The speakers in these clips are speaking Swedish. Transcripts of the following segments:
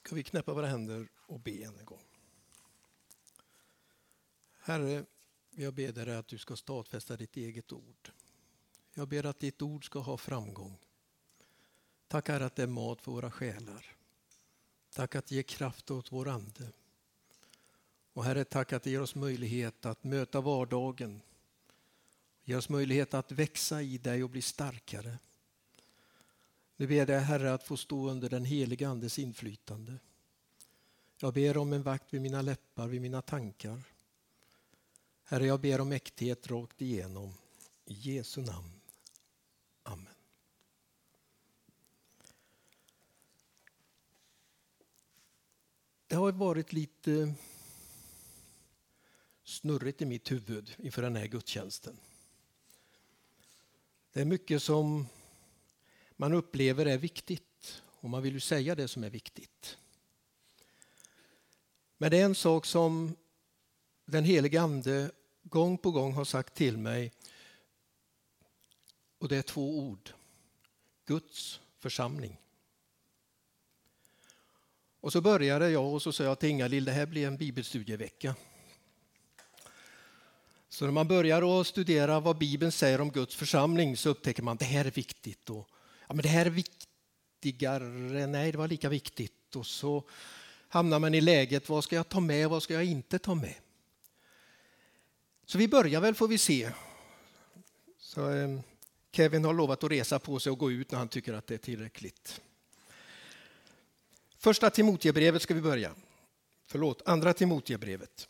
Ska vi knäppa våra händer och be en gång. Herre, jag ber dig att du ska stadfästa ditt eget ord. Jag ber att ditt ord ska ha framgång. Tack Herre att det är mat för våra själar. Tack att det ger kraft åt vår ande. Och Herre, tack att det ger oss möjlighet att möta vardagen. Ger oss möjlighet att växa i dig och bli starkare. Nu ber jag Herre att få stå under den heliga andes inflytande. Jag ber om en vakt vid mina läppar, vid mina tankar. Herre, jag ber om äkthet rakt igenom. I Jesu namn. Amen. Det har varit lite snurrigt i mitt huvud inför den här gudstjänsten. Det är mycket som man upplever är viktigt och man vill ju säga det som är viktigt. Men det är en sak som den helige ande gång på gång har sagt till mig, och det är 2 ord. Guds församling. Och så började jag och så sa jag till Ingalill, det här blir en bibelstudievecka. Så när man börjar att studera vad Bibeln säger om Guds församling så upptäcker man att det här är viktigt. Och, ja, men det här är viktigare, nej det var lika viktigt. Och så hamnar man i läget, vad ska jag ta med och vad ska jag inte ta med? Så vi börjar väl, får vi se. Så Kevin har lovat att resa på sig och gå ut när han tycker att det är tillräckligt. Första Timoteusbrevet ska vi börja. Andra Timoteusbrevet.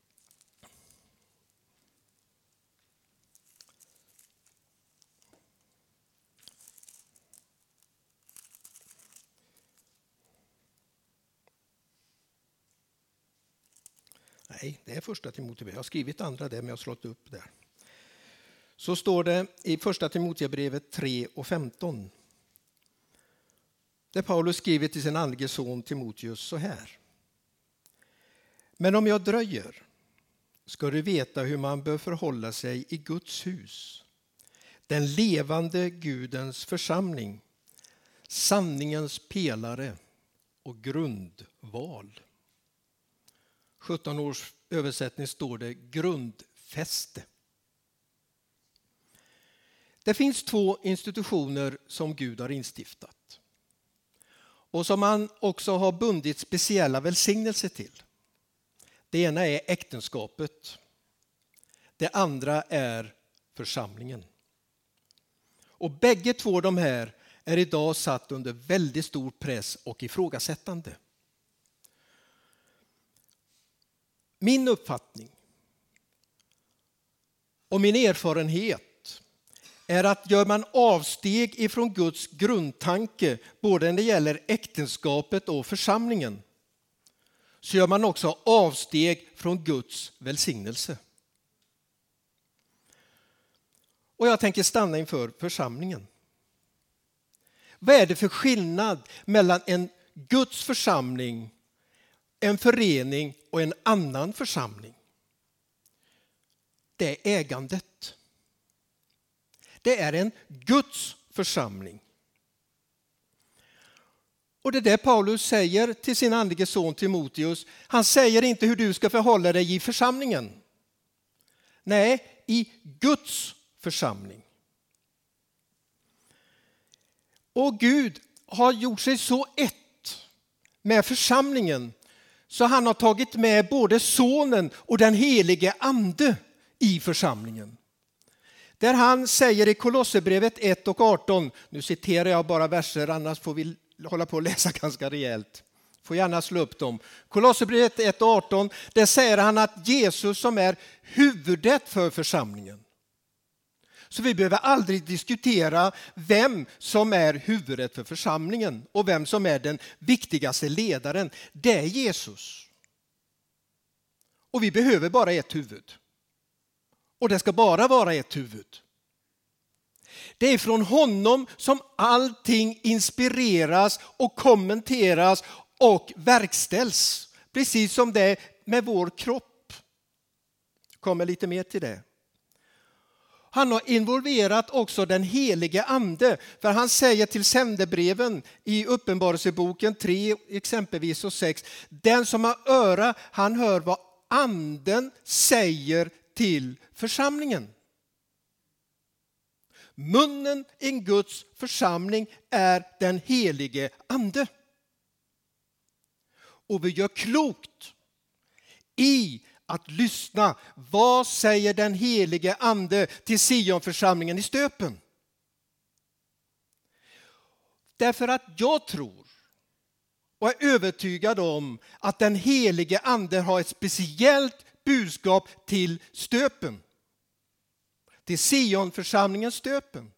Nej, det är första Timoteusbrevet. Jag har skrivit andra där, men jag har slått upp där. Så står det i första Timoteusbrevet 3:15. Där Paulus skriver till sin andlige son Timoteus så här. Men om jag dröjer ska du veta hur man bör förhålla sig i Guds hus. Den levande Gudens församling. Sanningens pelare och grundval. 17 års översättning står det grundfäste. Det finns 2 institutioner som Gud har instiftat. Och som han också har bundit speciella välsignelser till. Det ena är äktenskapet. Det andra är församlingen. Och bägge 2 de här är idag satt under väldigt stor press och ifrågasättande. Min uppfattning och min erfarenhet är att gör man avsteg ifrån Guds grundtanke både när det gäller äktenskapet och församlingen så gör man också avsteg från Guds välsignelse. Och jag tänker stanna inför församlingen. Vad är det för skillnad mellan en Guds församling, en förening och en annan församling? Det är ägandet. Det är en Guds församling. Och det är det Paulus säger till sin andlige son Timoteus. Han säger inte hur du ska förhålla dig i församlingen. Nej, i Guds församling. Och Gud har gjort sig så ett med församlingen så han har tagit med både sonen och den helige ande i församlingen. Där han säger i Kolosserbrevet 1:18, nu citerar jag bara verser annars får vi hålla på att läsa ganska rejält. Får gärna slå upp dem. Kolosserbrevet 1:18, där säger han att Jesus som är huvudet för församlingen. Så vi behöver aldrig diskutera vem som är huvudet för församlingen och vem som är den viktigaste ledaren. Det är Jesus. Och vi behöver bara ett huvud. Och det ska bara vara ett huvud. Det är från honom som allting inspireras och kommenteras och verkställs. Precis som det är med vår kropp. Kommer lite mer till det. Han har involverat också den helige ande. För han säger till sändebreven i Uppenbarelseboken 3 exempelvis och 6. Den som har öra, han hör vad anden säger till församlingen. Munnen i en Guds församling är den helige ande. Och vi gör klokt i att lyssna. Vad säger den helige ande till Sionförsamlingen i Stöpen? Därför att jag tror och är övertygad om att den helige ande har ett speciellt budskap till Stöpen. Till Sionförsamlingen Stöpen.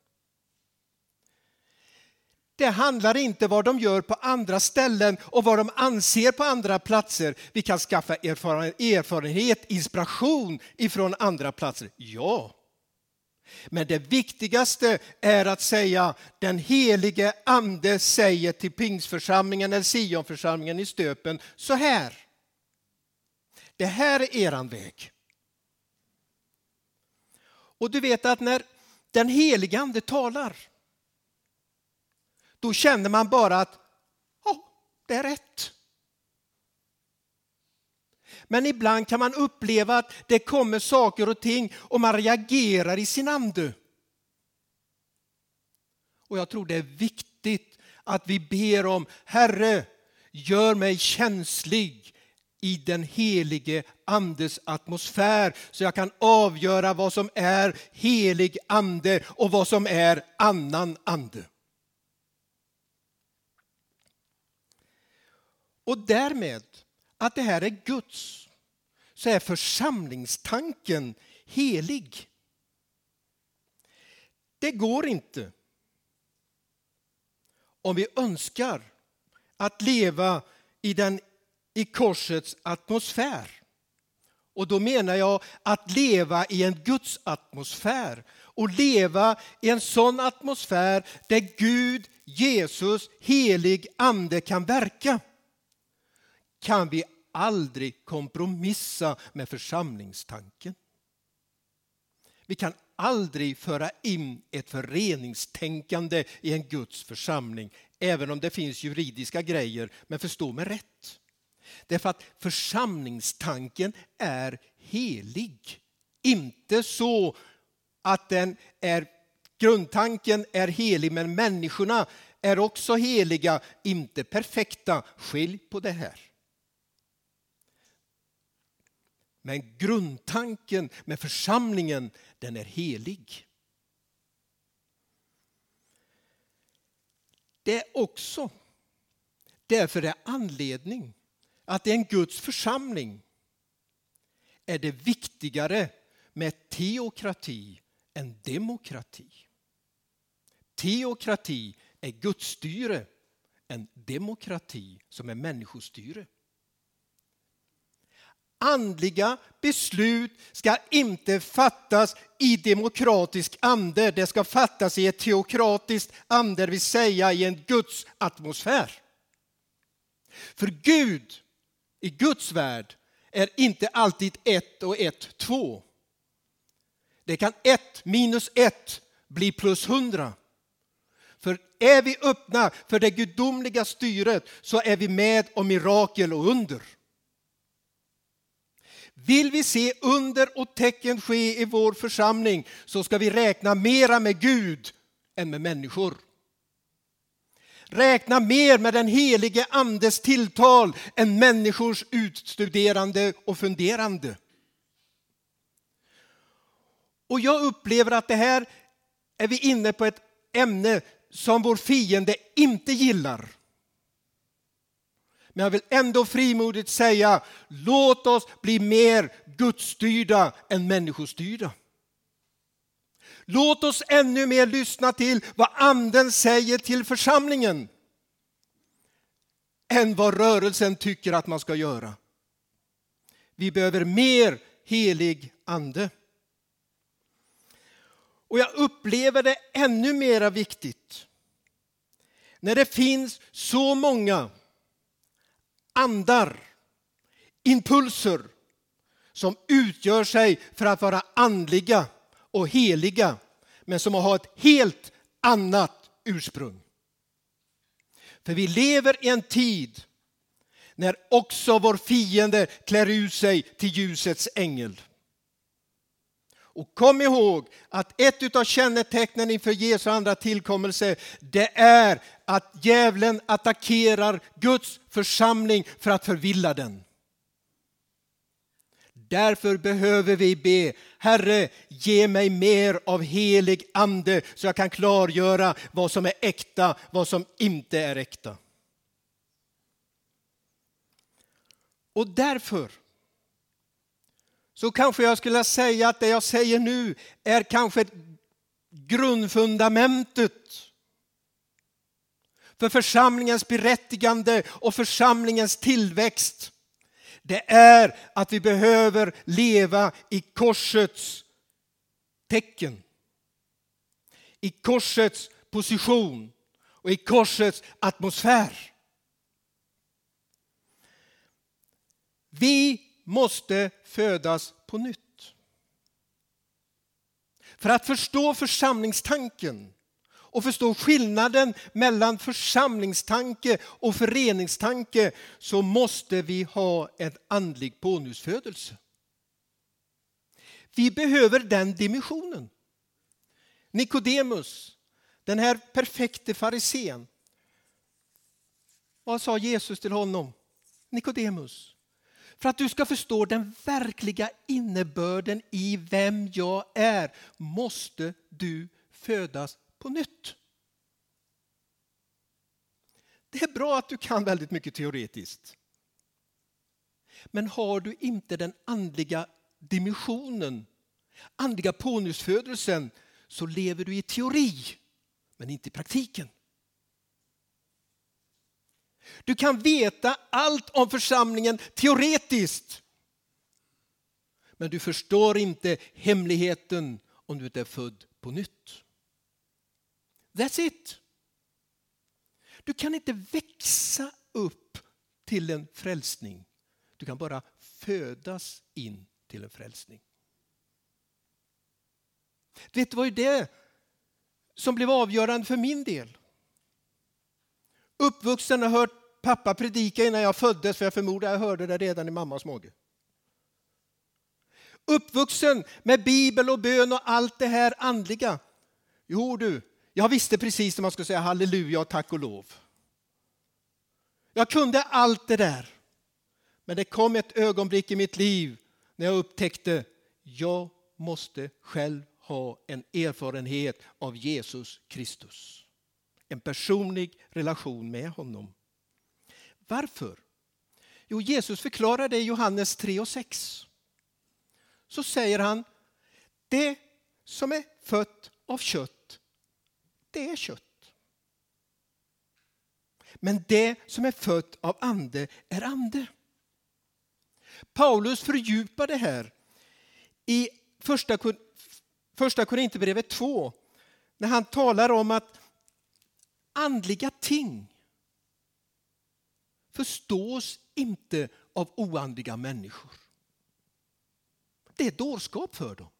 Det handlar inte om vad de gör på andra ställen och vad de anser på andra platser. Vi kan skaffa erfarenhet, inspiration ifrån andra platser. Ja. Men det viktigaste är att säga den helige ande säger till Pingsförsamlingen eller Sionförsamlingen i Stöpen så här. Det här är eran väg. Och du vet att när den helige ande talar, då känner man bara att det är rätt. Men ibland kan man uppleva att det kommer saker och ting och man reagerar i sin ande. Och jag tror det är viktigt att vi ber om, Herre, gör mig känslig i den helige andes atmosfär så jag kan avgöra vad som är helig ande och vad som är annan ande. Och därmed att det här är Guds så är församlingstanken helig. Det går inte om vi önskar att leva i korsets atmosfär. Och då menar jag att leva i en Guds atmosfär och leva i en sån atmosfär där Gud, Jesus, helig ande kan verka. Kan vi aldrig kompromissa med församlingstanken. Vi kan aldrig föra in ett föreningstänkande i en Guds församling, även om det finns juridiska grejer, men förstå mig rätt. Därför att församlingstanken är helig. Inte så att grundtanken är helig, men människorna är också heliga, inte perfekta. Skilj på det här. Men grundtanken med församlingen, den är helig. Det är också därför det är anledning att i en Guds församling är det viktigare med teokrati än demokrati. Teokrati är gudsstyre än demokrati som är människostyre. Andliga beslut ska inte fattas i demokratisk ande. Det ska fattas i ett teokratiskt ande, det vill säga i en Guds atmosfär. För Gud i Guds värld är inte alltid 1 och 1 2. Det kan 1 minus 1 bli plus 100. För är vi öppna för det gudomliga styret så är vi med om mirakel och under. Vill vi se under och tecken ske i vår församling så ska vi räkna mera med Gud än med människor. Räkna mer med den helige andes tilltal än människors utstuderande och funderande. Och jag upplever att det här är vi inne på ett ämne som vår fiende inte gillar. Men jag vill ändå frimodigt säga, låt oss bli mer gudsstyrda än människostyrda. Låt oss ännu mer lyssna till vad anden säger till församlingen än vad rörelsen tycker att man ska göra. Vi behöver mer helig ande. Och jag upplever det ännu mer viktigt när det finns så många andar, impulser som utgör sig för att vara andliga och heliga, men som har ett helt annat ursprung. För vi lever i en tid när också vår fiende klär ut sig till ljusets ängel. Och kom ihåg att ett av kännetecknen inför Jesu andra tillkommelse, det är att djävulen attackerar Guds församling för att förvilla den. Därför behöver vi be: Herre, ge mig mer av helig ande så jag kan klargöra vad som är äkta, vad som inte är äkta. Och därför så kanske jag skulle säga att det jag säger nu är kanske ett grundfundamentet för församlingens berättigande och församlingens tillväxt. Det är att vi behöver leva i korsets tecken, i korsets position och i korsets atmosfär. Vi måste födas på nytt. För att förstå församlingstanken och förstå skillnaden mellan församlingstanke och föreningstanke så måste vi ha en andlig pånyttfödelse. Vi behöver den dimensionen. Nikodemus, den här perfekte farisén. Vad sa Jesus till honom? Nikodemus, för att du ska förstå den verkliga innebörden i vem jag är måste du födas på nytt. Det är bra att du kan väldigt mycket teoretiskt. Men har du inte den andliga dimensionen, andliga pånyttfödelsen, så lever du i teori men inte i praktiken. Du kan veta allt om församlingen teoretiskt. Men du förstår inte hemligheten om du inte är född på nytt. That's it. Du kan inte växa upp till en frälsning. Du kan bara födas in till en frälsning. Vet du vad det som blev avgörande för min del? Uppvuxen och hört pappa predika innan jag föddes, för jag förmodar jag hörde det redan i mammas mage. Uppvuxen med bibel och bön och allt det här andliga. Jo du, jag visste precis när man ska säga halleluja och tack och lov. Jag kunde allt det där. Men det kom ett ögonblick i mitt liv när jag upptäckte jag måste själv ha en erfarenhet av Jesus Kristus. En personlig relation med honom. Varför? Jo, Jesus förklarar det i Johannes 3:6. Så säger han, det som är fött av kött, det är kött. Men det som är fött av ande är ande. Paulus fördjupar det här i första Korinthierbrevet 2 när han talar om att andliga ting förstås inte av oandliga människor. Det är dårskap för dem.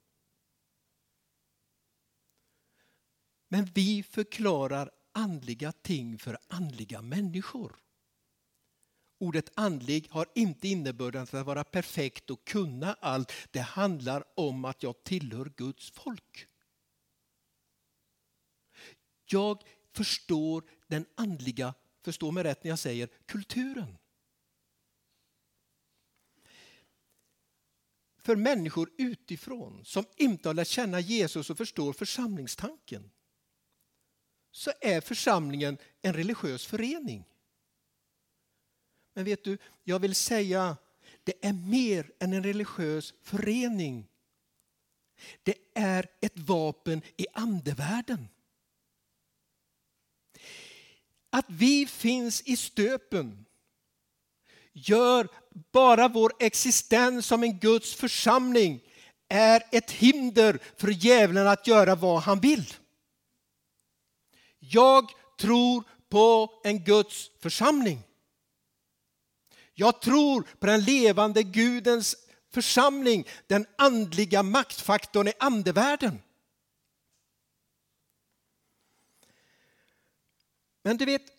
Men vi förklarar andliga ting för andliga människor. Ordet andlig har inte innebörden att vara perfekt och kunna allt. Det handlar om att jag tillhör Guds folk. Jag förstår den andliga, förstå mig rätt när jag säger kulturen. För människor utifrån som inte har lärt känna Jesus och förstår församlingstanken så är församlingen en religiös förening. Men vet du, jag vill säga det är mer än en religiös förening. Det är ett vapen i andevärlden. Att vi finns i stöpen gör bara vår existens som en Guds församling är ett hinder för djävulen att göra vad han vill. Jag tror på en Guds församling. Jag tror på den levande Gudens församling den andliga maktfaktorn i andevärlden. Men du vet,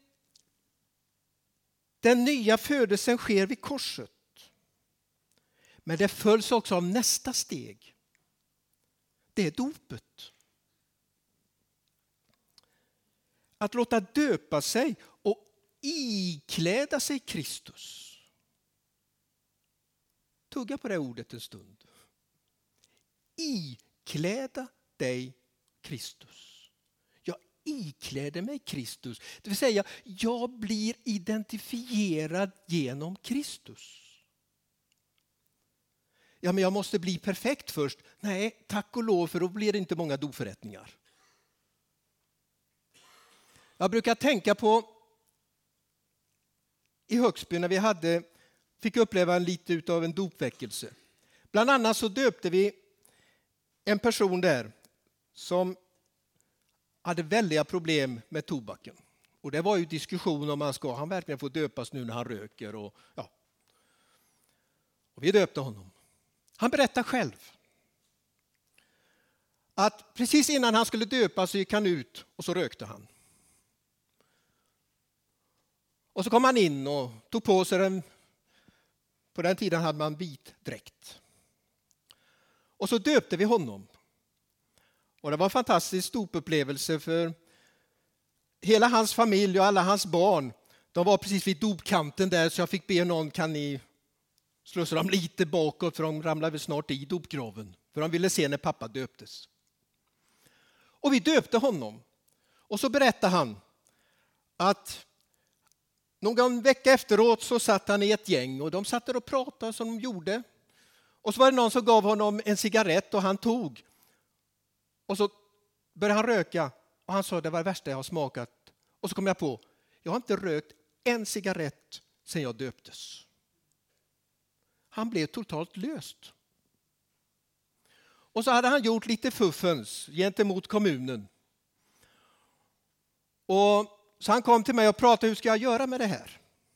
den nya födelsen sker vid korset. Men det följs också av nästa steg. Det är dopet. Att låta döpa sig och ikläda sig Kristus. Tugga på det ordet en stund. Ikläda dig Kristus. Jag ikläder mig Kristus. Det vill säga, jag blir identifierad genom Kristus. Ja, men jag måste bli perfekt först. Nej, tack och lov, för då blir det inte många dopförrättningar. Jag brukar tänka på i Högsby när vi fick uppleva lite av en dopväckelse. Bland annat så döpte vi en person där som hade väldiga problem med tobaken. Och det var ju diskussion om han verkligen få döpas nu när han röker. Och vi döpte honom. Han berättar själv att precis innan han skulle döpas så gick han ut och så rökte han. Och så kom han in och tog på sig på den tiden hade man vit dräkt. Och så döpte vi honom. Och det var en fantastisk dopupplevelse, för hela hans familj och alla hans barn, de var precis vid dopkanten där, så jag fick be någon, kan ni slussa dem lite bakåt, för de ramlade snart i dopgraven. För de ville se när pappa döptes. Och vi döpte honom. Och så berättade han att någon vecka efteråt så satt han i ett gäng och de satt där och pratade som de gjorde. Och så var det någon som gav honom en cigarett och han tog. Och så började han röka och han sa det var det värsta jag har smakat. Och så kom jag på, jag har inte rökt en cigarett sedan jag döptes. Han blev totalt löst. Och så hade han gjort lite fuffens gentemot kommunen. Och så han kom till mig och pratade, hur ska jag göra med det här?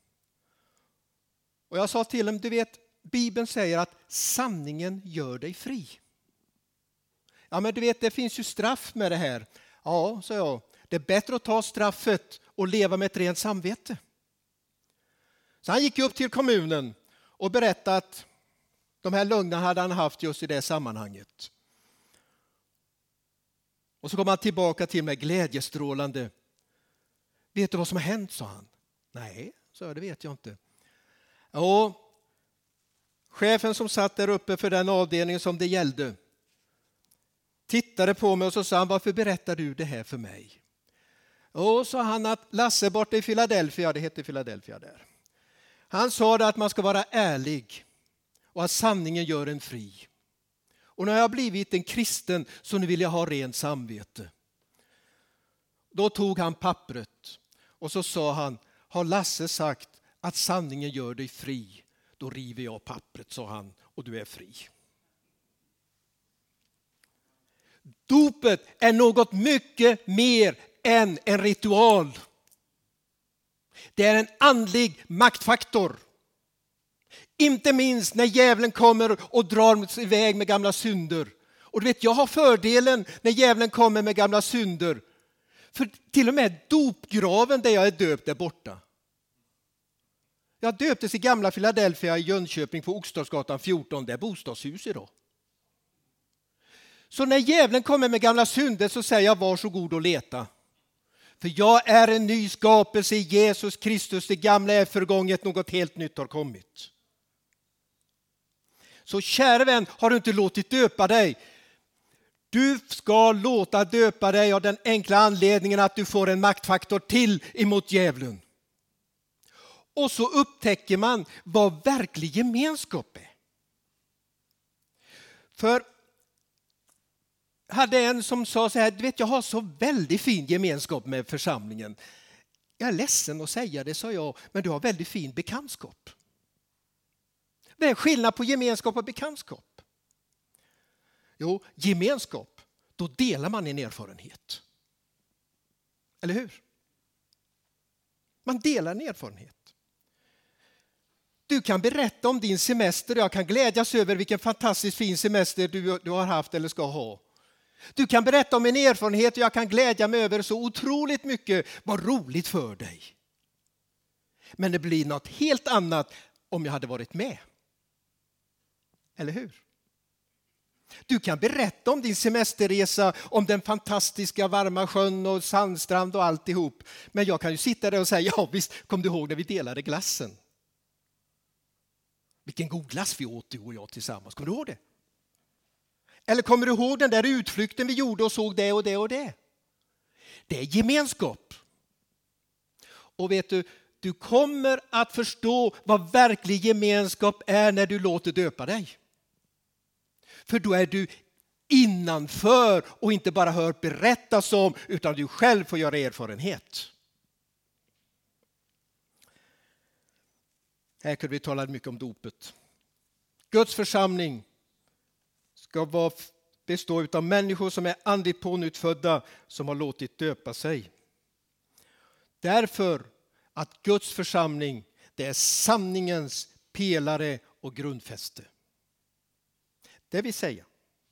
Och jag sa till honom, du vet, Bibeln säger att sanningen gör dig fri. Ja, men du vet, det finns ju straff med det här. Ja, sa jag, det är bättre att ta straffet och leva med ett rent samvete. Så han gick upp till kommunen och berättade att de här lögnerna hade han haft just i det sammanhanget. Och så kom han tillbaka till mig glädjestrålande. Vet du vad som har hänt, sa han. Nej, sa jag, det vet jag inte. Och chefen som satt där uppe för den avdelningen som det gällde tittade på mig och så sa han, varför berättar du det här för mig? Och sa han att Lasse borta i Philadelphia, det heter Philadelphia där. Han sa det att man ska vara ärlig och att sanningen gör en fri. Och när jag har blivit en kristen så nu vill jag ha rent samvete. Då tog han pappret och så sa han, har Lasse sagt att sanningen gör dig fri, då river jag pappret, sa han, och du är fri. Dopet är något mycket mer än en ritual. Det är en andlig maktfaktor. Inte minst när djävulen kommer och drar iväg med gamla synder. Och du vet, jag har fördelen när djävulen kommer med gamla synder. För till och med dopgraven där jag är döpt är borta. Jag döptes i gamla Philadelphia i Jönköping på Oxdalsgatan 14, det är bostadshus idag. Så när djävulen kommer med gamla synder så säger jag varsågod och leta. För jag är en ny skapelse i Jesus Kristus, det gamla är förgånget, något helt nytt har kommit. Så kära vän, har du inte låtit döpa dig? Du ska låta döpa dig av den enkla anledningen att du får en maktfaktor till emot djävulen. Och så upptäcker man vad verklig gemenskap är. För hade en som sa så här, du vet, jag har så väldigt fin gemenskap med församlingen. Jag är ledsen att säga det, sa jag, men du har väldigt fin bekantskap. Det är skillnad på gemenskap och bekantskap. Jo, gemenskap, då delar man en erfarenhet. Eller hur? Man delar en erfarenhet. Du kan berätta om din semester. Jag kan glädjas över vilken fantastiskt fin semester du har haft eller ska ha. Du kan berätta om en erfarenhet och jag kan glädja mig över så otroligt mycket. Vad roligt för dig. Men det blir något helt annat om jag hade varit med. Eller hur? Du kan berätta om din semesterresa, om den fantastiska varma sjön och sandstrand och alltihop. Men jag kan ju sitta där och säga, ja visst, kom du ihåg när vi delade glassen? Vilken god glass vi åt, du och jag tillsammans. Kommer du ihåg det? Eller kommer du ihåg den där utflykten vi gjorde och såg det och det och det? Det är gemenskap. Och vet du, du kommer att förstå vad verklig gemenskap är när du låter döpa dig. För då är du innanför och inte bara hör berättas om, utan du själv får göra erfarenhet. Här kunde vi tala mycket om dopet. Guds församling ska bestå av människor som är andligt pånyttfödda, som har låtit döpa sig. Därför att Guds församling, det är sanningens pelare och grundfäste. Det vill säga,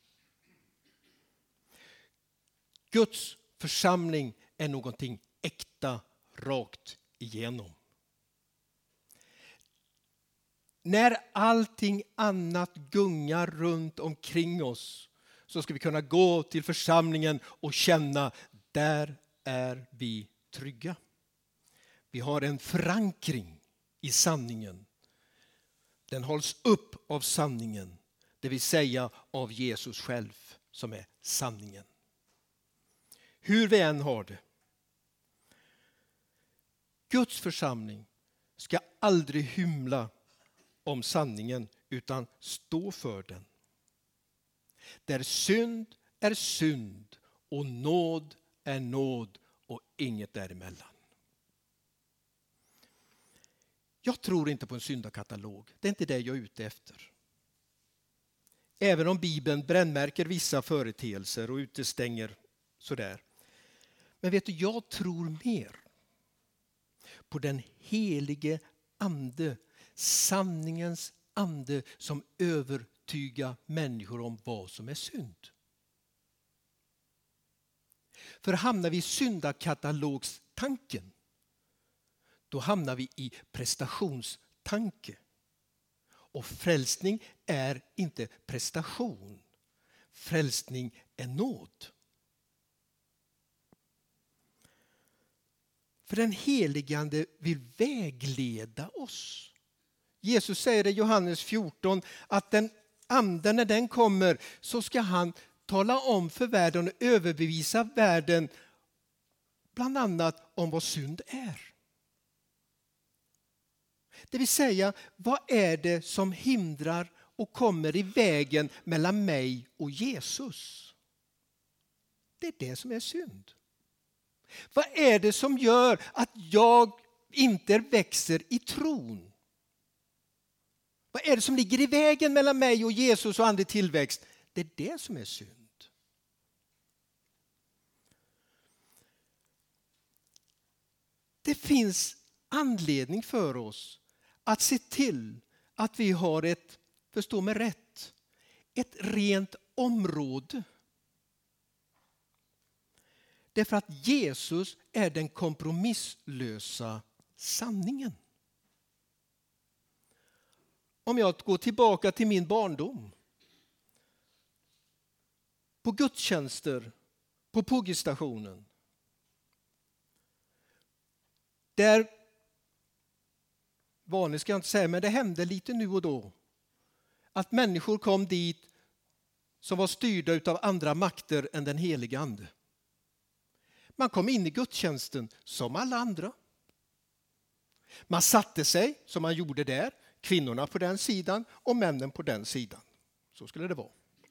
Guds församling är någonting äkta rakt igenom. När allting annat gungar runt omkring oss så ska vi kunna gå till församlingen och känna, där är vi trygga. Vi har en förankring i sanningen. Den hålls upp av sanningen, det vill säga av Jesus själv som är sanningen. Hur vi än har det. Guds församling ska aldrig hymla om sanningen utan stå för den. Där synd är synd och nåd är nåd och inget däremellan. Jag tror inte på en syndakatalog. Det är inte det jag är ute efter. Även om Bibeln brännmärker vissa företeelser och utestänger sådär. Men vet du, jag tror mer på den helige ande, sanningens ande som övertygar människor om vad som är synd. För hamnar vi i syndakatalogstanken, då hamnar vi i prestationstanke. Och frälsning är inte prestation. Frälsning är nåd. För den helige ande vill vägleda oss. Jesus säger i Johannes 14 att den anden, när den kommer, så ska han tala om för världen och överbevisa världen bland annat om vad synd är. Det vill säga, vad är det som hindrar och kommer i vägen mellan mig och Jesus? Det är det som är synd. Vad är det som gör att jag inte växer i tron? Vad är det som ligger i vägen mellan mig och Jesus och andlig tillväxt? Det är det som är synd. Det finns anledning för oss att se till att vi har ett, förstå mig rätt, ett rent område. Därför att Jesus är den kompromisslösa sanningen. Om jag går tillbaka till min barndom. På gudstjänster, på Puggistationen. Där, vanligt ska jag inte säga, men det hände lite nu och då. Att människor kom dit som var styrda av andra makter än den heliga ande. Man kom in i gudstjänsten som alla andra. Man satte sig som man gjorde där. Kvinnorna på den sidan och männen på den sidan. Så skulle det vara.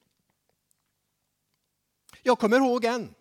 Jag kommer ihåg en.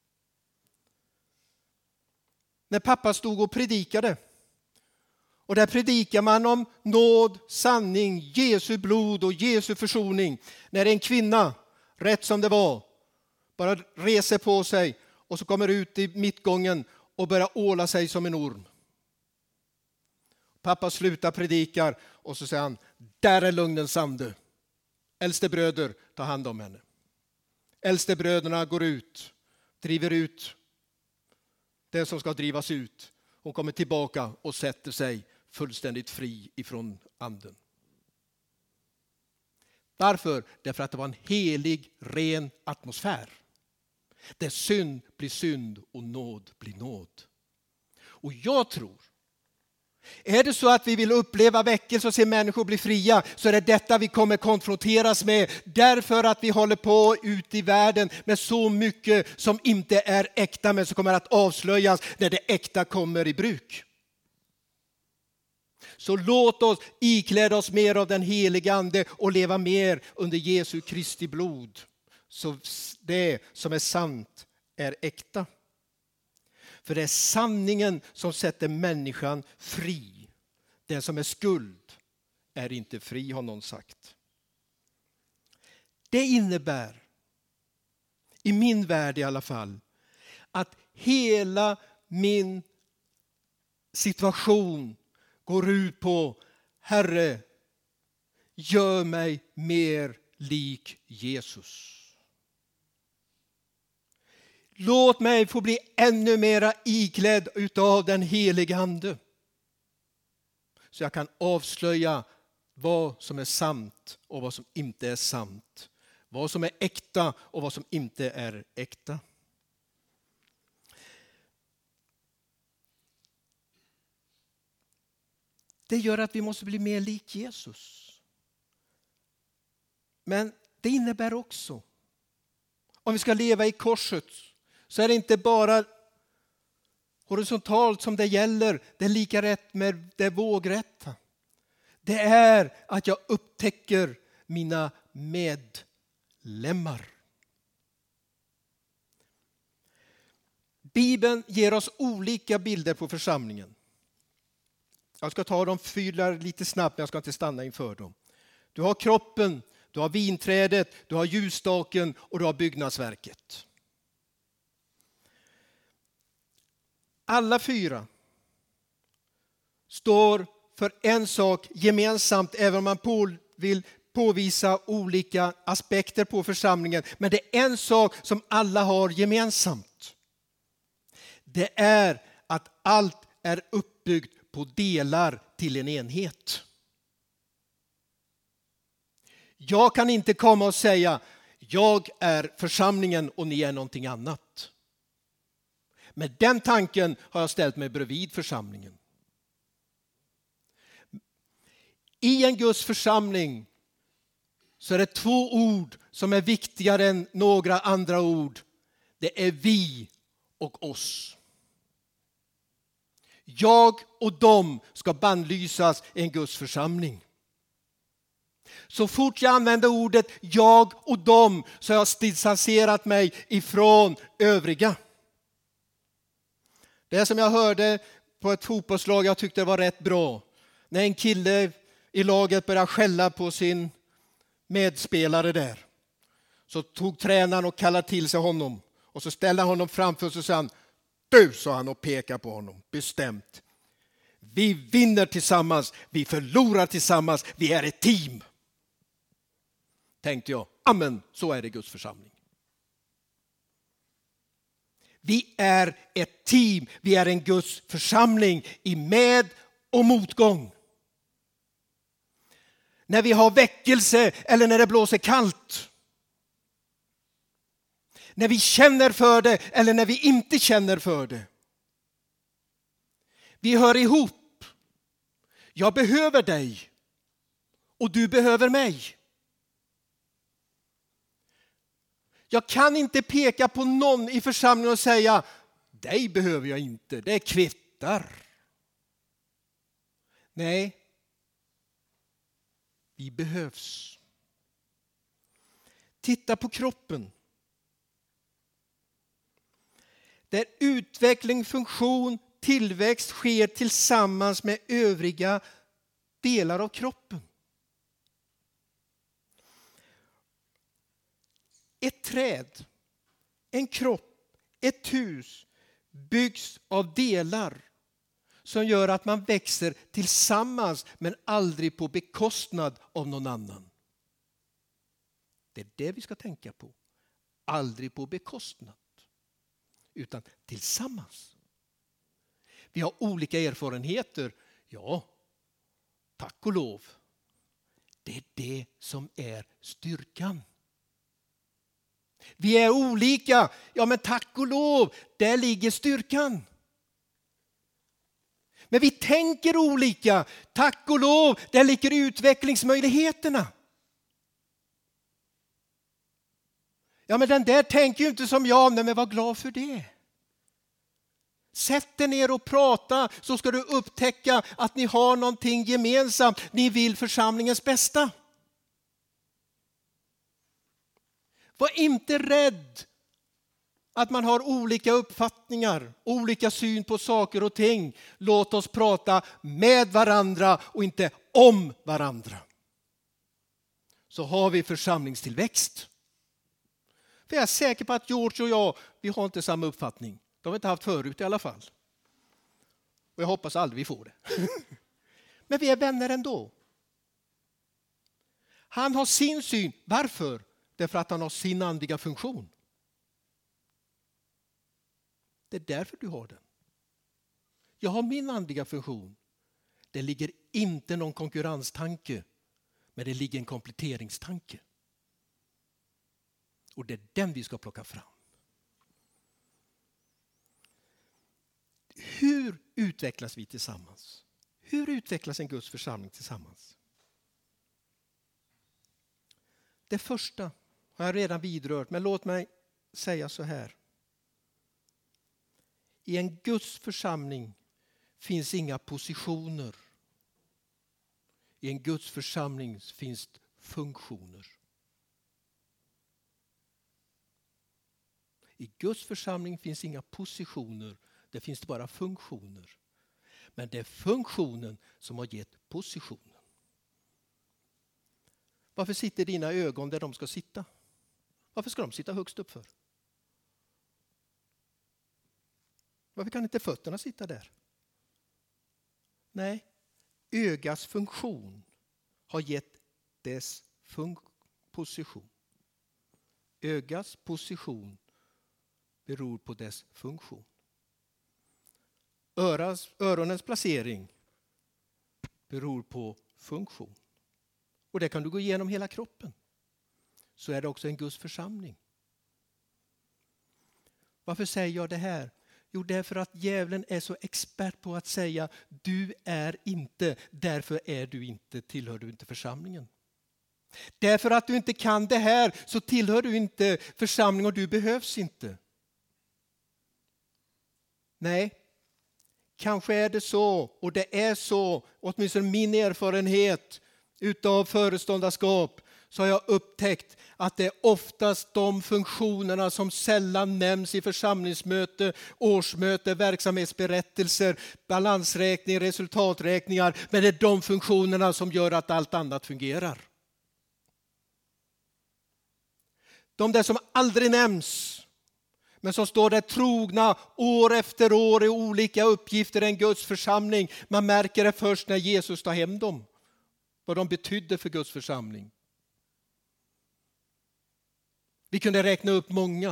När pappa stod och predikade. Och där predikar man om nåd, sanning, Jesu blod och Jesu försoning. När en kvinna, rätt som det var, bara reser på sig och så kommer ut i mittgången och börjar åla sig som en orm. Pappa slutar predikar och så säger han, där är lugnens ande. Äldste bröder, ta hand om henne. Äldste bröderna går ut, driver ut det som ska drivas ut. Hon kommer tillbaka och sätter sig fullständigt fri ifrån anden. Varför? Därför att det var en helig, ren atmosfär. Där synd blir synd och nåd blir nåd. Och jag tror, är det så att vi vill uppleva väckelse och se människor bli fria, så är det detta vi kommer konfronteras med. Därför att vi håller på ut i världen med så mycket som inte är äkta, men som kommer att avslöjas när det äkta kommer i bruk. Så låt oss ikläda oss mer av den heliga ande och leva mer under Jesu Kristi blod. Så det som är sant är äkta. För det är sanningen som sätter människan fri. Den som är skuld är inte fri, har någon sagt. Det innebär, i min värld i alla fall, att hela min situation går ut på, Herre, gör mig mer lik Jesus. Låt mig få bli ännu mera iklädd utav den heliga ande. Så jag kan avslöja vad som är sant och vad som inte är sant. Vad som är äkta och vad som inte är äkta. Det gör att vi måste bli mer lik Jesus. Men det innebär också, om vi ska leva i korset, så är det inte bara horisontalt som det gäller. Det är lika rätt med det vågrätta. Det är att jag upptäcker mina medlemmar. Bibeln ger oss olika bilder på församlingen. Jag ska ta dem fyra lite snabbt, men jag ska inte stanna inför dem. Du har kroppen, du har vinträdet, du har ljusstaken och du har byggnadsverket. Alla fyra står för en sak gemensamt, även om man vill påvisa olika aspekter på församlingen. Men det är en sak som alla har gemensamt. Det är att allt är uppbyggt på delar till en enhet. Jag kan inte komma och säga, jag är församlingen och ni är någonting annat. Med den tanken har jag ställt mig bredvid församlingen. I en Guds församling så är det två ord som är viktigare än några andra ord. Det är vi och oss. Jag och dem ska bannlysas i en Guds församling. Så fort jag använder ordet jag och dem så har jag distanserat mig ifrån övriga. Det som jag hörde på ett fotbollslag, jag tyckte det var rätt bra. När en kille i laget började skälla på sin medspelare där, så tog tränaren och kallade till sig honom. Och så ställde han honom framför sig och sa han, du, sa han och pekade på honom bestämt. Vi vinner tillsammans, vi förlorar tillsammans, vi är ett team. Tänkte jag, amen, så är det Guds församling. Vi är ett team, vi är en Guds församling i med- och motgång. När vi har väckelse eller när det blåser kallt. När vi känner för det eller när vi inte känner för det. Vi hör ihop. Jag behöver dig och du behöver mig. Jag kan inte peka på någon i församlingen och säga, dig behöver jag inte, det kvittar. Nej, vi behövs. Titta på kroppen. Där utveckling, funktion, tillväxt sker tillsammans med övriga delar av kroppen. Ett träd, en kropp, ett hus byggs av delar som gör att man växer tillsammans men aldrig på bekostnad av någon annan. Det är det vi ska tänka på. Aldrig på bekostnad, utan tillsammans. Vi har olika erfarenheter, ja, tack och lov. Det är det som är styrkan. Vi är olika, ja men tack och lov, där ligger styrkan. Men vi tänker olika, tack och lov, där ligger utvecklingsmöjligheterna. Ja men den där tänker ju inte som jag, men var glad för det. Sätt dig ner och prata så ska du upptäcka att ni har någonting gemensamt. Ni vill församlingens bästa. Var inte rädd att man har olika uppfattningar, olika syn på saker och ting. Låt oss prata med varandra och inte om varandra. Så har vi församlingstillväxt. För jag är säker på att George och jag, vi har inte samma uppfattning. Det har vi inte haft förut i alla fall. Och jag hoppas aldrig vi får det. Men vi är vänner ändå. Han har sin syn. Varför? Därför att han har sin andliga funktion. Det är därför du har den. Jag har min andliga funktion. Det ligger inte någon konkurrenstanke, men det ligger en kompletteringstanke. Och det är den vi ska plocka fram. Hur utvecklas vi tillsammans? Hur utvecklas en Guds församling tillsammans? Det första har jag redan vidrört, men låt mig säga så här. I en Guds församling finns inga positioner. I en Guds församling finns funktioner. I Guds församling finns inga positioner. Det finns bara funktioner. Men det är funktionen som har gett positionen. Varför sitter dina ögon där de ska sitta? Varför ska de sitta högst upp för? Varför kan inte fötterna sitta där? Nej, ögats funktion har gett dess position. Ögats position beror på dess funktion. Öronens placering beror på funktion. Och det kan du gå igenom hela kroppen. Så är det också en Guds församling. Varför säger jag det här? Jo, därför att djävulen är så expert på att säga du är inte, därför är du inte, tillhör du inte församlingen. Därför att du inte kan det här så tillhör du inte församlingen och du behövs inte. Nej, kanske är det så och det är så, åtminstone min erfarenhet utav föreståndarskap, så har jag upptäckt att det är oftast de funktionerna som sällan nämns i församlingsmöte, årsmöte, verksamhetsberättelser, balansräkning, resultaträkningar. Men det är de funktionerna som gör att allt annat fungerar. De där som aldrig nämns, men som står där trogna år efter år i olika uppgifter i en Guds församling. Man märker det först när Jesus tar hem dem. Vad de betydde för Guds församling. Vi kunde räkna upp många.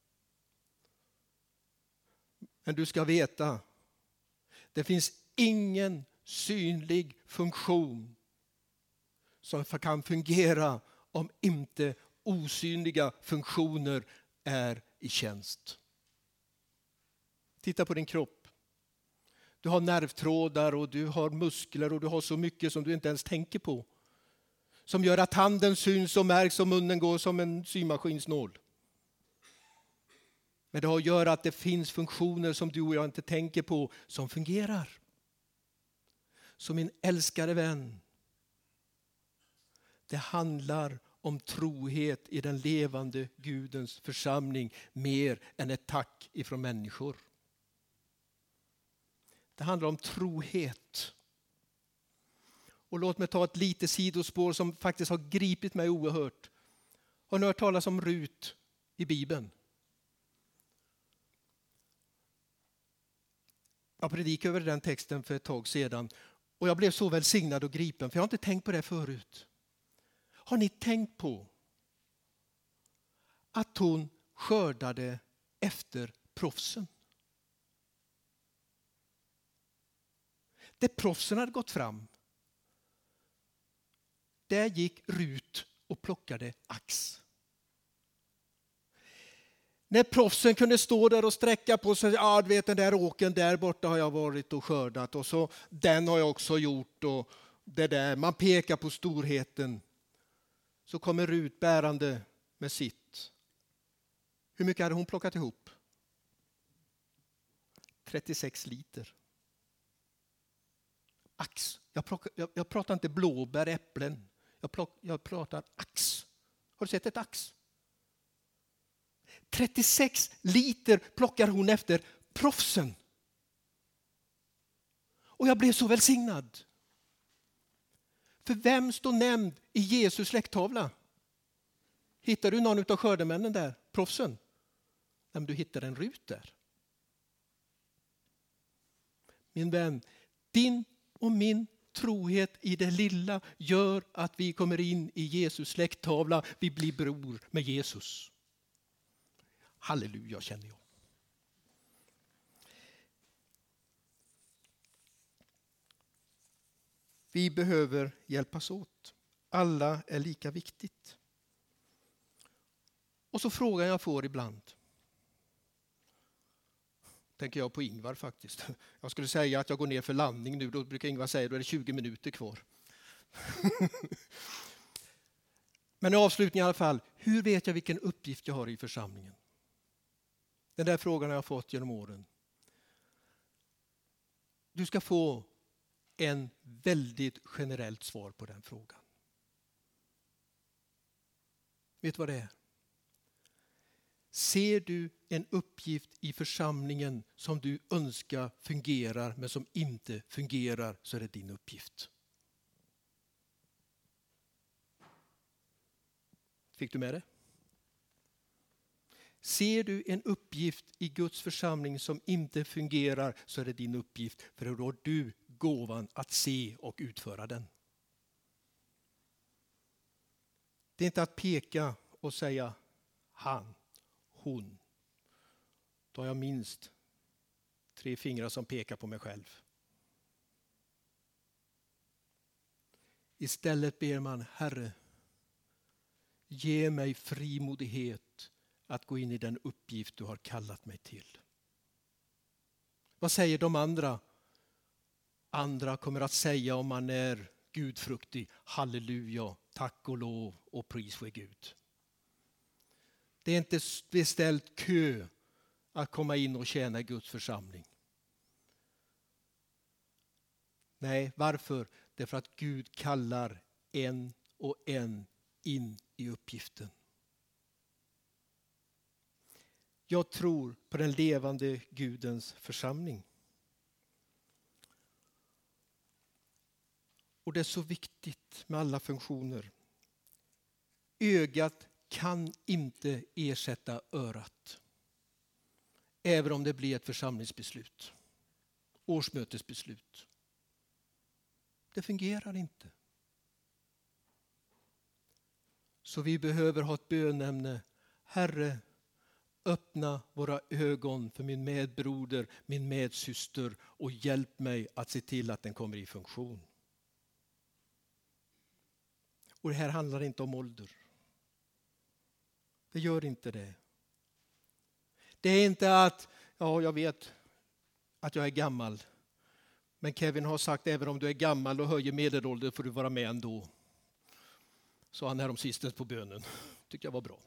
Men du ska veta, det finns ingen synlig funktion som kan fungera om inte osynliga funktioner är i tjänst. Titta på din kropp. Du har nervtrådar och du har muskler och du har så mycket som du inte ens tänker på. Som gör att handen syns och märks och munnen går som en symaskinsnål. Men det har att göra att det finns funktioner som du och jag inte tänker på som fungerar. Så min älskade vän, det handlar om trohet i den levande Gudens församling mer än ett tack ifrån människor. Det handlar om trohet. Och låt mig ta ett litet sidospår som faktiskt har gripit mig oerhört. Har ni hört talas om Rut i Bibeln? Jag predikade över den texten för ett tag sedan och jag blev så välsignad och gripen för jag har inte tänkt på det förut. Har ni tänkt på att hon skördade efter proffsen? Det proffsen hade gått fram, där gick Rut och plockade ax. När proffsen kunde stå där och sträcka på sig, du vet den där åken där borta har jag varit och skördat och så den har jag också gjort och det där, man pekar på storheten. Så kommer Rut bärande med sitt. Hur mycket hade hon plockat ihop? 36 liter. Ax. Jag pratar inte blåbär, äpplen. Jag pratar ax. Har du sett ett ax? 36 liter plockar hon efter proffsen. Och jag blev så välsignad. För vem står nämnd i Jesus släkttavla? Hittar du någon av skördemännen där? Proffsen? Nej, men du hittar en Rut där. Min vän, din och min trohet i det lilla gör att vi kommer in i Jesus släkttavla. Vi blir bror med Jesus. Halleluja, känner jag. Vi behöver hjälpas åt. Alla är lika viktigt. Och så frågan jag får ibland. Tänker jag på Ingvar faktiskt. Jag skulle säga att jag går ner för landning nu. Då brukar Ingvar säga att då är det 20 minuter kvar. Men i avslutning i alla fall. Hur vet jag vilken uppgift jag har i församlingen? Den där frågan har jag fått genom åren. Du ska få en väldigt generellt svar på den frågan. Vet du vad det är? Ser du en uppgift i församlingen som du önskar fungerar men som inte fungerar, så är det din uppgift. Fick du med det? Ser du en uppgift i Guds församling som inte fungerar, så är det din uppgift. För då har du gåvan att se och utföra den. Det är inte att peka och säga han, hon. Då har jag minst 3 fingrar som pekar på mig själv. Istället ber man, Herre, ge mig frimodighet att gå in i den uppgift du har kallat mig till. Vad säger de andra? Andra kommer att säga om man är gudfruktig, halleluja, tack och lov och pris för Gud. Det är inte beställt kö att komma in och tjäna i Guds församling. Nej, varför? Det är för att Gud kallar en och en in i uppgiften. Jag tror på den levande Gudens församling. Och det är så viktigt med alla funktioner. Ögat kan inte ersätta örat. Även om det blir ett församlingsbeslut. Årsmötesbeslut. Det fungerar inte. Så vi behöver ha ett bönämne. Herre, öppna våra ögon för min medbroder, min medsyster och hjälp mig att se till att den kommer i funktion. Och det här handlar inte om ålder. Det gör inte det. Det är inte att, jag vet att jag är gammal. Men Kevin har sagt, även om du är gammal och höjer medelålder får du vara med ändå. Så han härom sistens på bönen. Tycker jag var bra.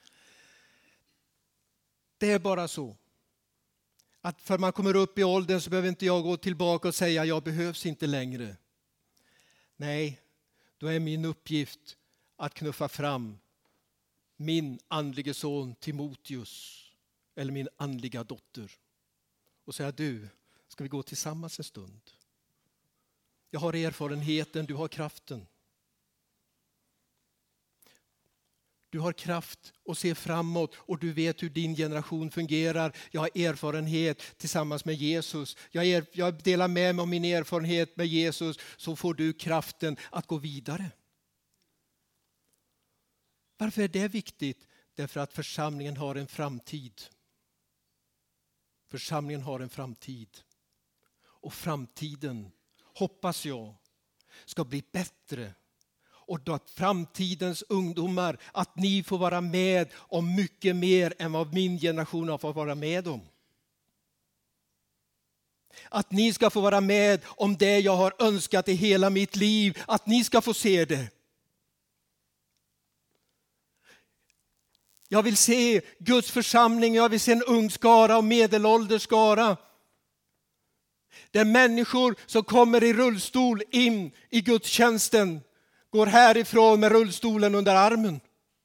Det är bara så. Att för man kommer upp i åldern så behöver inte jag gå tillbaka och säga jag behövs inte längre. Nej, då är min uppgift att knuffa fram min andlige son Timoteus eller min andliga dotter och säga du, ska vi gå tillsammans en stund? Jag har erfarenheten, du har kraften. Du har kraft att se framåt och du vet hur din generation fungerar. Jag har erfarenhet tillsammans med Jesus. Jag delar med mig av min erfarenhet med Jesus, så får du kraften att gå vidare. Varför är det viktigt? Därför att församlingen har en framtid. Församlingen har en framtid. Och framtiden, hoppas jag, ska bli bättre. Och då att framtidens ungdomar, att ni får vara med om mycket mer än vad min generation har fått vara med om. Att ni ska få vara med om det jag har önskat i hela mitt liv. Att ni ska få se det. Jag vill se Guds församling, jag vill se en ung skara och medelålders skara. Det är människor som kommer i rullstol in i gudstjänsten, går härifrån med rullstolen under armen.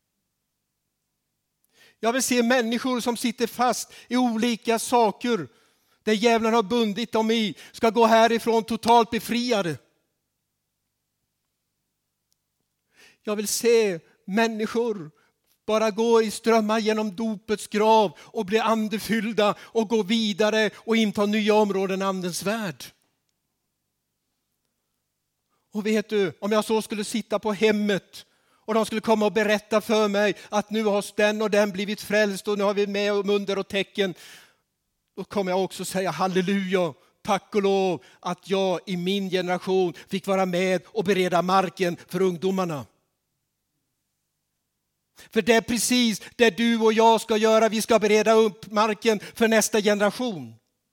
Jag vill se människor som sitter fast i olika saker, där djävulen har bundit dem i, ska gå härifrån totalt befriade. Jag vill se människor bara gå i strömmar genom dopets grav och bli andefyllda och gå vidare och inta nya områden i andens värld. Och vet du, om jag så skulle sitta på hemmet och de skulle komma och berätta för mig att nu har den och den blivit frälst och nu har vi med om under och tecken, då kommer jag också säga halleluja, tack och lov att jag i min generation fick vara med och bereda marken för ungdomarna. För det är precis det du och jag ska göra. Vi ska bereda upp marken för nästa generation.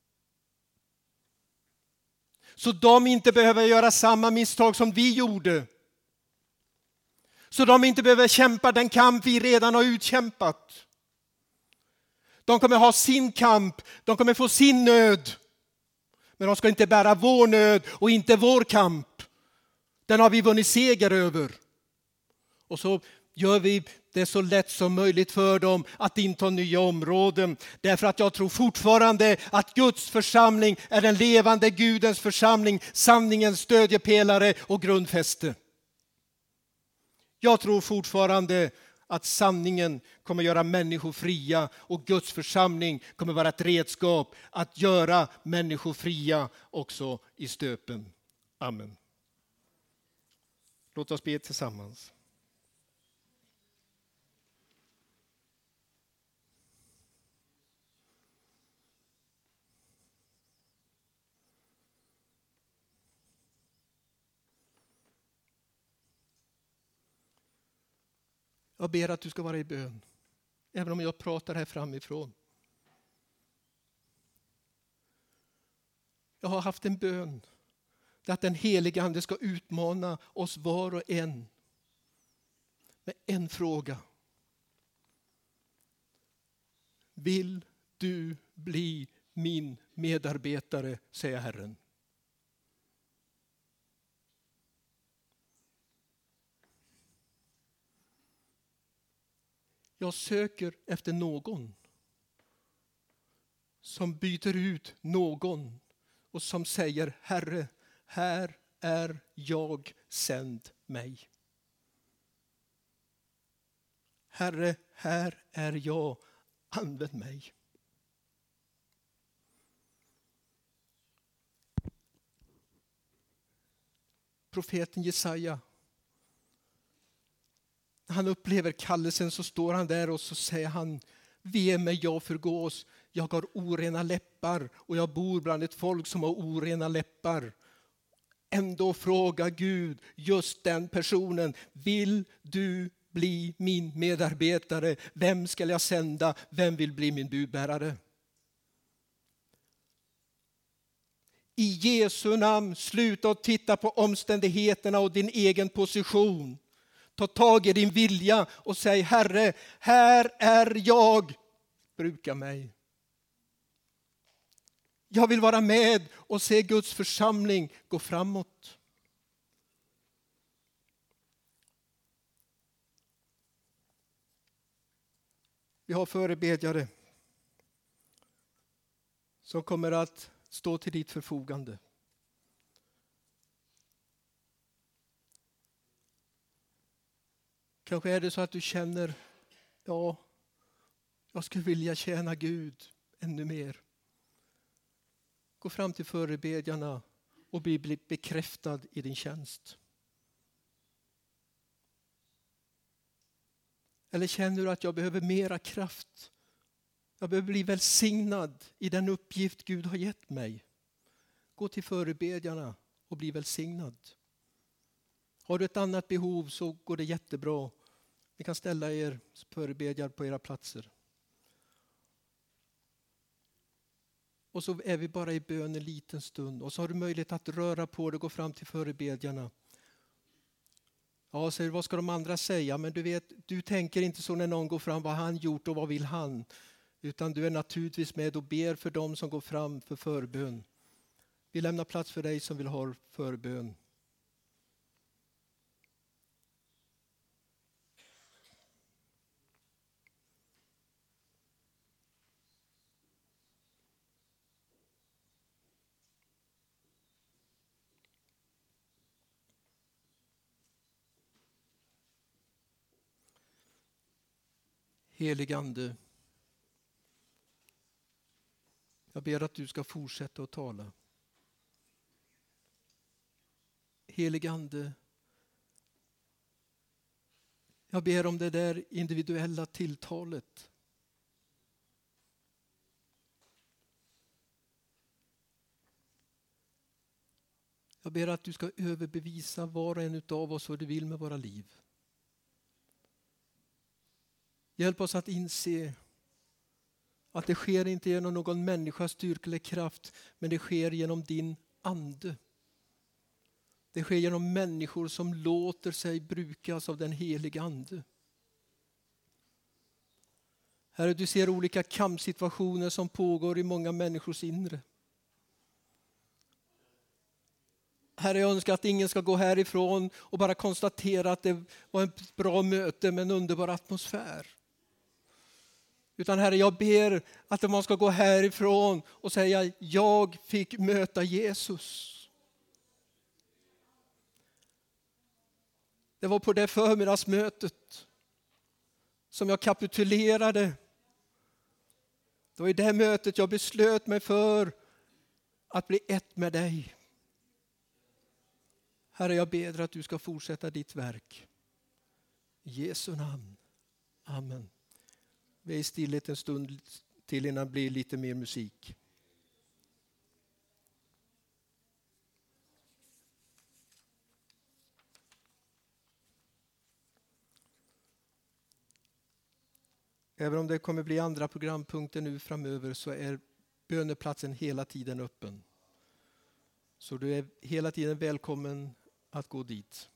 Så de inte behöver göra samma misstag som vi gjorde. Så de inte behöver kämpa den kamp vi redan har utkämpat. De kommer ha sin kamp. De kommer få sin nöd. Men de ska inte bära vår nöd och inte vår kamp. Den har vi vunnit seger över. Och så gör vi det så lätt som möjligt för dem att inta nya områden. Därför att jag tror fortfarande att Guds församling är den levande Gudens församling, sanningens stödjepelare och grundfäste. Jag tror fortfarande att sanningen kommer göra människor fria och Guds församling kommer vara ett redskap att göra människor fria också i stöpen. Amen. Låt oss be tillsammans. Jag ber att du ska vara i bön, även om jag pratar här framifrån. Jag har haft en bön, att den helige Ande ska utmana oss var och en med en fråga. Vill du bli min medarbetare, säger Herren. Jag söker efter någon som byter ut någon och som säger: Herre, här är jag, sänd mig. Herre, här är jag, använd mig. Profeten Jesaja, när han upplever kallelsen så står han där och så säger han: ve mig, jag förgås, jag har orena läppar och jag bor bland ett folk som har orena läppar. Ändå frågar Gud just den personen: vill du bli min medarbetare? Vem ska jag sända? Vem vill bli min budbärare? I Jesu namn, sluta att titta på omständigheterna och din egen position. Ta tag i din vilja och säg: Herre, här är jag, bruka mig. Jag vill vara med och se Guds församling gå framåt. Vi har förebedjare som kommer att stå till ditt förfogande. Kanske är det så att du känner ja, jag skulle vilja tjäna Gud ännu mer. Gå fram till förebedjarna och bli bekräftad i din tjänst. Eller känner du att jag behöver mera kraft? Jag behöver bli välsignad i den uppgift Gud har gett mig. Gå till förebedjarna och bli välsignad. Har du ett annat behov så går det jättebra. Ni kan ställa er förebedjare på era platser. Och så är vi bara i bön en liten stund. Och så har du möjlighet att röra på dig och gå fram till förebedjarna. Ja, säger vad ska de andra säga? Men du vet, du tänker inte så när någon går fram, vad han gjort och vad vill han? Utan du är naturligtvis med och ber för dem som går fram för förbön. Vi lämnar plats för dig som vill ha förbön. Helig Ande, jag ber att du ska fortsätta att tala. Helig Ande, jag ber om det där individuella tilltalet. Jag ber att du ska överbevisa var och en av oss vad du vill med våra liv. Hjälp oss att inse att det sker inte genom någon människas styrka eller kraft, men det sker genom din ande. Det sker genom människor som låter sig brukas av den heliga ande. Herre, du ser olika kampsituationer som pågår i många människors inre. Herre, jag önskar att ingen ska gå härifrån och bara konstatera att det var ett bra möte med en underbar atmosfär. Utan Herre, jag ber att man ska gå härifrån och säga, jag fick möta Jesus. Det var på det förmiddagsmötet som jag kapitulerade. Det var i det mötet jag beslöt mig för att bli ett med dig. Herre, jag ber att du ska fortsätta ditt verk. I Jesu namn. Amen. Vi är i stillhet en stund till innan det blir lite mer musik. Även om det kommer bli andra programpunkter nu framöver så är böneplatsen hela tiden öppen. Så du är hela tiden välkommen att gå dit.